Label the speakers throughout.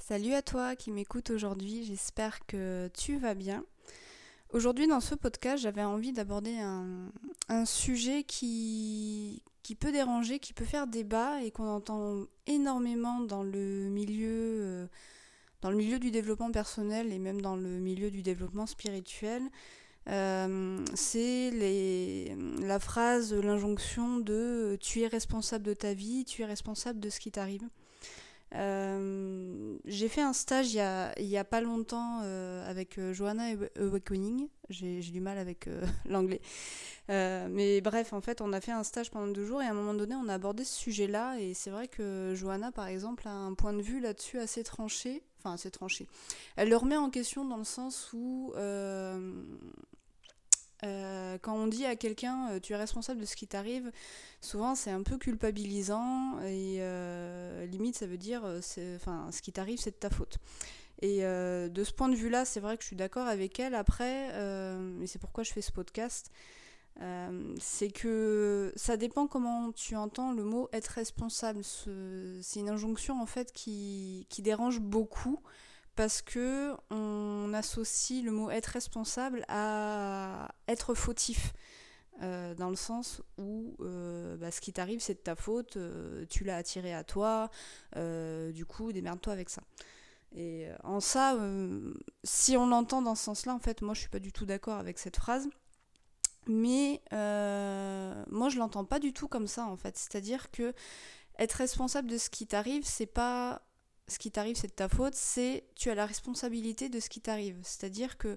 Speaker 1: Salut à toi qui m'écoute aujourd'hui, j'espère que tu vas bien. Aujourd'hui dans ce podcast, j'avais envie d'aborder un sujet qui peut déranger, qui peut faire débat et qu'on entend énormément dans le milieu du développement personnel et même dans le milieu du développement spirituel. La phrase, l'injonction de tu es responsable de ta vie, tu es responsable de ce qui t'arrive. J'ai fait un stage il y a pas longtemps avec Johanna Awakening. J'ai du mal avec l'anglais. Mais bref, en fait, on a fait un stage pendant 2 jours et à un moment donné, on a abordé ce sujet-là. Et c'est vrai que Johanna, par exemple, a un point de vue là-dessus assez tranché. Enfin, assez tranché. Elle le remet en question dans le sens où quand on dit à quelqu'un tu es responsable de ce qui t'arrive, souvent c'est un peu culpabilisant et limite ça veut dire ce qui t'arrive c'est de ta faute. Et de ce point de vue-là, c'est vrai que je suis d'accord avec elle. Après, et c'est pourquoi je fais ce podcast, c'est que ça dépend comment tu entends le mot être responsable. C'est une injonction en fait qui dérange beaucoup parce que on associe le mot être responsable à être fautif. Dans le sens où ce qui t'arrive c'est de ta faute, tu l'as attiré à toi, du coup démerde-toi avec ça. Et en ça, si on l'entend dans ce sens-là, en fait, moi je suis pas du tout d'accord avec cette phrase. Mais moi je l'entends pas du tout comme ça en fait. C'est-à-dire que être responsable de ce qui t'arrive, c'est pas ce qui t'arrive c'est de ta faute, c'est tu as la responsabilité de ce qui t'arrive. C'est-à-dire que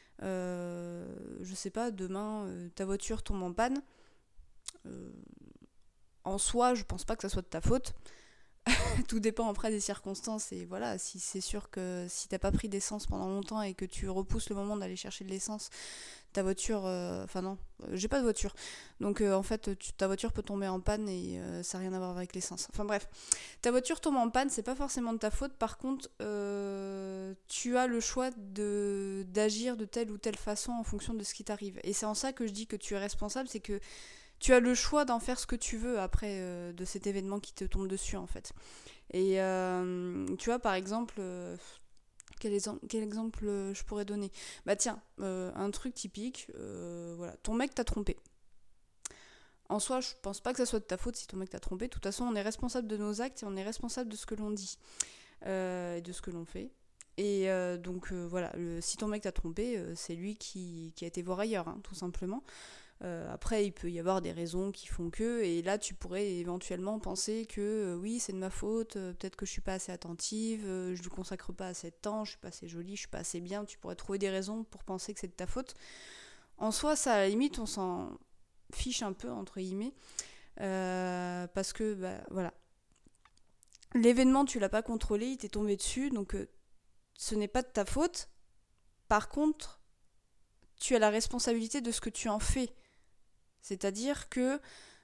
Speaker 1: je sais pas, demain ta voiture tombe en panne. Euh, En soi, je pense pas que ça soit de ta faute. Tout dépend après des circonstances et voilà, si c'est sûr que si t'as pas pris d'essence pendant longtemps et que tu repousses le moment d'aller chercher de l'essence, ta voiture, enfin non, j'ai pas de voiture, donc en fait ta voiture peut tomber en panne et ça n'a rien à voir avec l'essence. Enfin bref, ta voiture tombe en panne, c'est pas forcément de ta faute. Par contre, tu as le choix d'agir de telle ou telle façon en fonction de ce qui t'arrive. Et c'est en ça que je dis que tu es responsable, c'est que tu as le choix d'en faire ce que tu veux après de cet événement qui te tombe dessus en fait. Et tu vois par exemple, quel exemple je pourrais donner. Bah tiens, un truc typique, voilà, ton mec t'a trompé. En soi, je pense pas que ça soit de ta faute si ton mec t'a trompé. De toute façon, on est responsable de nos actes et on est responsable de ce que l'on dit et de ce que l'on fait. Et voilà, si ton mec t'a trompé, c'est lui qui a été voir ailleurs, hein, tout simplement. Après, il peut y avoir des raisons qui font que, et là, tu pourrais éventuellement penser que oui, c'est de ma faute, peut-être que je suis pas assez attentive, je lui consacre pas assez de temps, je suis pas assez jolie, je suis pas assez bien. Tu pourrais trouver des raisons pour penser que c'est de ta faute. En soi, ça, à la limite, on s'en fiche un peu, entre guillemets, parce que, bah, voilà. L'événement, tu l'as pas contrôlé, il t'est tombé dessus, donc ce n'est pas de ta faute. Par contre, tu as la responsabilité de ce que tu en fais. C'est-à-dire que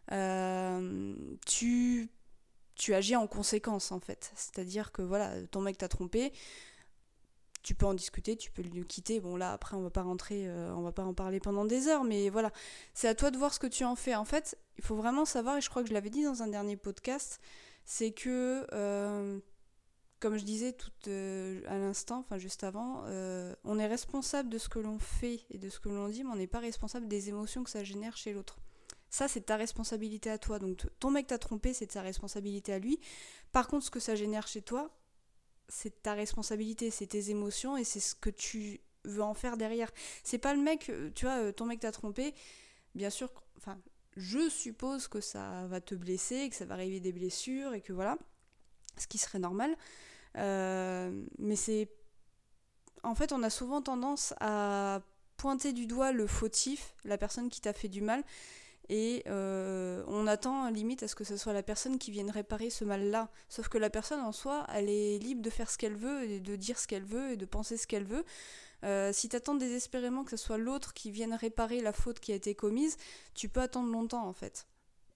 Speaker 1: tu agis en conséquence en fait. C'est-à-dire que voilà, ton mec t'a trompé, tu peux en discuter, tu peux le quitter. Bon là après on va pas rentrer, on va pas en parler pendant des heures, mais voilà, c'est à toi de voir ce que tu en fais. En fait, il faut vraiment savoir, et je crois que je l'avais dit dans un dernier podcast, c'est que comme je disais tout à l'instant, enfin juste avant, on est responsable de ce que l'on fait et de ce que l'on dit, mais on n'est pas responsable des émotions que ça génère chez l'autre. Ça, c'est ta responsabilité à toi. Donc, ton mec t'a trompé, c'est de sa responsabilité à lui. Par contre, ce que ça génère chez toi, c'est ta responsabilité, c'est tes émotions et c'est ce que tu veux en faire derrière. C'est pas le mec, tu vois, ton mec t'a trompé, bien sûr, enfin, je suppose que ça va te blesser, que ça va arriver des blessures et que voilà, ce qui serait normal. Mais c'est. En fait, on a souvent tendance à pointer du doigt le fautif, la personne qui t'a fait du mal, et on attend limite à ce que ce soit la personne qui vienne réparer ce mal-là. Sauf que la personne en soi, elle est libre de faire ce qu'elle veut, et de dire ce qu'elle veut, et de penser ce qu'elle veut. Si t'attends désespérément que ce soit l'autre qui vienne réparer la faute qui a été commise, tu peux attendre longtemps en fait.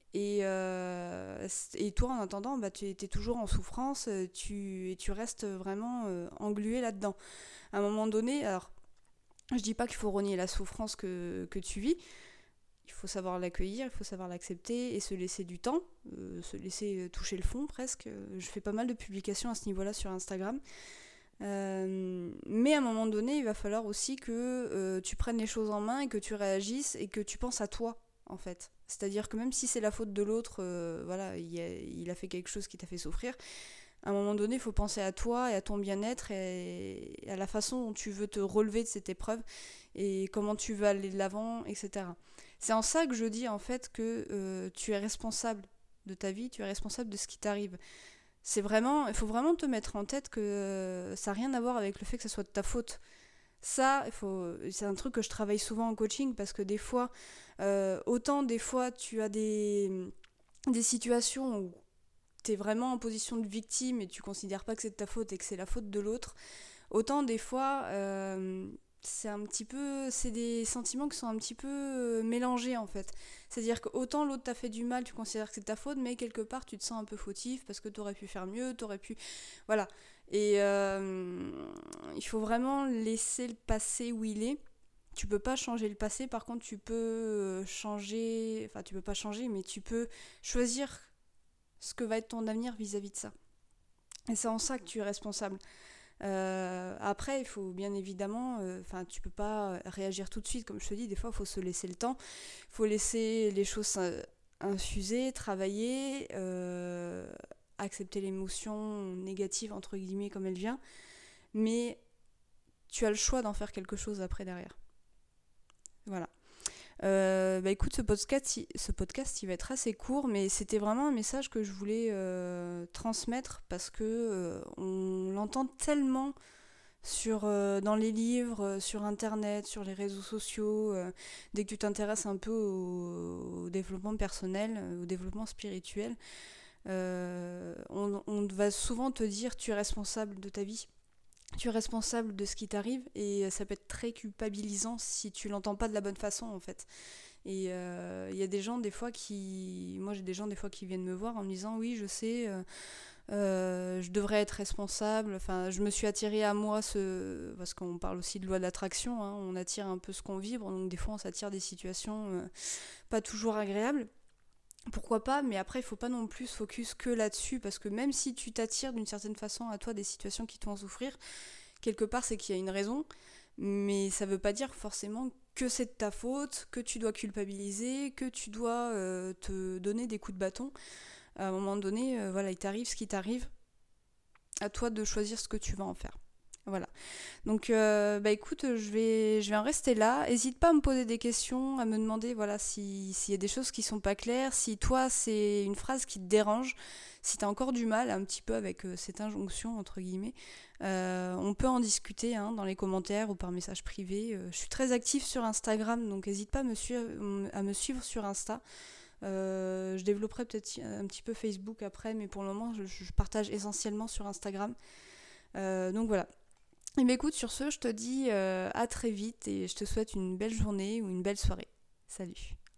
Speaker 1: Et toi, en attendant, bah, tu es toujours en souffrance, tu restes vraiment englué là-dedans. À un moment donné, alors, je dis pas qu'il faut renier la souffrance que tu vis, Il faut savoir l'accueillir, il faut savoir l'accepter et se laisser du temps, se laisser toucher le fond presque. Je fais pas mal de publications à ce niveau-là sur Instagram. Mais à un moment donné, il va falloir aussi que tu prennes les choses en main et que tu réagisses et que tu penses à toi, en fait. C'est-à-dire que même si c'est la faute de l'autre, voilà, il a fait quelque chose qui t'a fait souffrir, à un moment donné, il faut penser à toi et à ton bien-être et à la façon dont tu veux te relever de cette épreuve et comment tu veux aller de l'avant, etc. C'est en ça que je dis en fait que tu es responsable de ta vie, tu es responsable de ce qui t'arrive. Il faut vraiment te mettre en tête que ça n'a rien à voir avec le fait que ça soit de ta faute. Ça, c'est un truc que je travaille souvent en coaching parce que des fois, autant des fois tu as des situations où tu es vraiment en position de victime et tu considères pas que c'est de ta faute et que c'est la faute de l'autre, autant des fois c'est des sentiments qui sont un petit peu mélangés en fait. C'est-à-dire que autant l'autre t'a fait du mal, tu considères que c'est de ta faute, mais quelque part tu te sens un peu fautif parce que t'aurais pu faire mieux, t'aurais pu... Voilà. Et il faut vraiment laisser le passé où il est. Tu peux pas changer le passé, par contre tu peux changer... Enfin tu peux pas changer, mais tu peux choisir ce que va être ton avenir vis-à-vis de ça. Et c'est en ça que tu es responsable. Après, il faut bien évidemment, tu peux pas réagir tout de suite, comme je te dis, des fois il faut se laisser le temps, il faut laisser les choses infuser, travailler, accepter l'émotion négative entre guillemets comme elle vient, mais tu as le choix d'en faire quelque chose après derrière. Voilà. Écoute, ce podcast il va être assez court, mais c'était vraiment un message que je voulais transmettre parce que on l'entend tellement dans les livres, sur internet, sur les réseaux sociaux, dès que tu t'intéresses un peu au développement personnel, au développement spirituel, on va souvent te dire tu es responsable de ta vie. Tu es responsable de ce qui t'arrive et ça peut être très culpabilisant si tu l'entends pas de la bonne façon en fait. Et il y a des gens des fois moi j'ai des gens des fois qui viennent me voir en me disant oui je sais, je devrais être responsable, enfin je me suis attirée à moi parce qu'on parle aussi de loi d'attraction, hein, on attire un peu ce qu'on vibre, donc des fois on s'attire des situations pas toujours agréables. Pourquoi pas, mais après il faut pas non plus se focus que là-dessus parce que même si tu t'attires d'une certaine façon à toi des situations qui te font souffrir, quelque part c'est qu'il y a une raison, mais ça veut pas dire forcément que c'est de ta faute, que tu dois culpabiliser, que tu dois te donner des coups de bâton. À un moment donné, voilà, il t'arrive ce qui t'arrive, à toi de choisir ce que tu vas en faire. Voilà. Donc, écoute, je vais en rester là. N'hésite pas à me poser des questions, à me demander, voilà, s'il y a des choses qui sont pas claires, si toi, c'est une phrase qui te dérange, si tu as encore du mal un petit peu avec cette injonction, entre guillemets. On peut en discuter dans les commentaires ou par message privé. Je suis très active sur Instagram, donc n'hésite pas à me suivre sur Insta. Je développerai peut-être un petit peu Facebook après, mais pour le moment, je partage essentiellement sur Instagram. Donc voilà. Et bien écoute, sur ce, je te dis à très vite et je te souhaite une belle journée ou une belle soirée. Salut.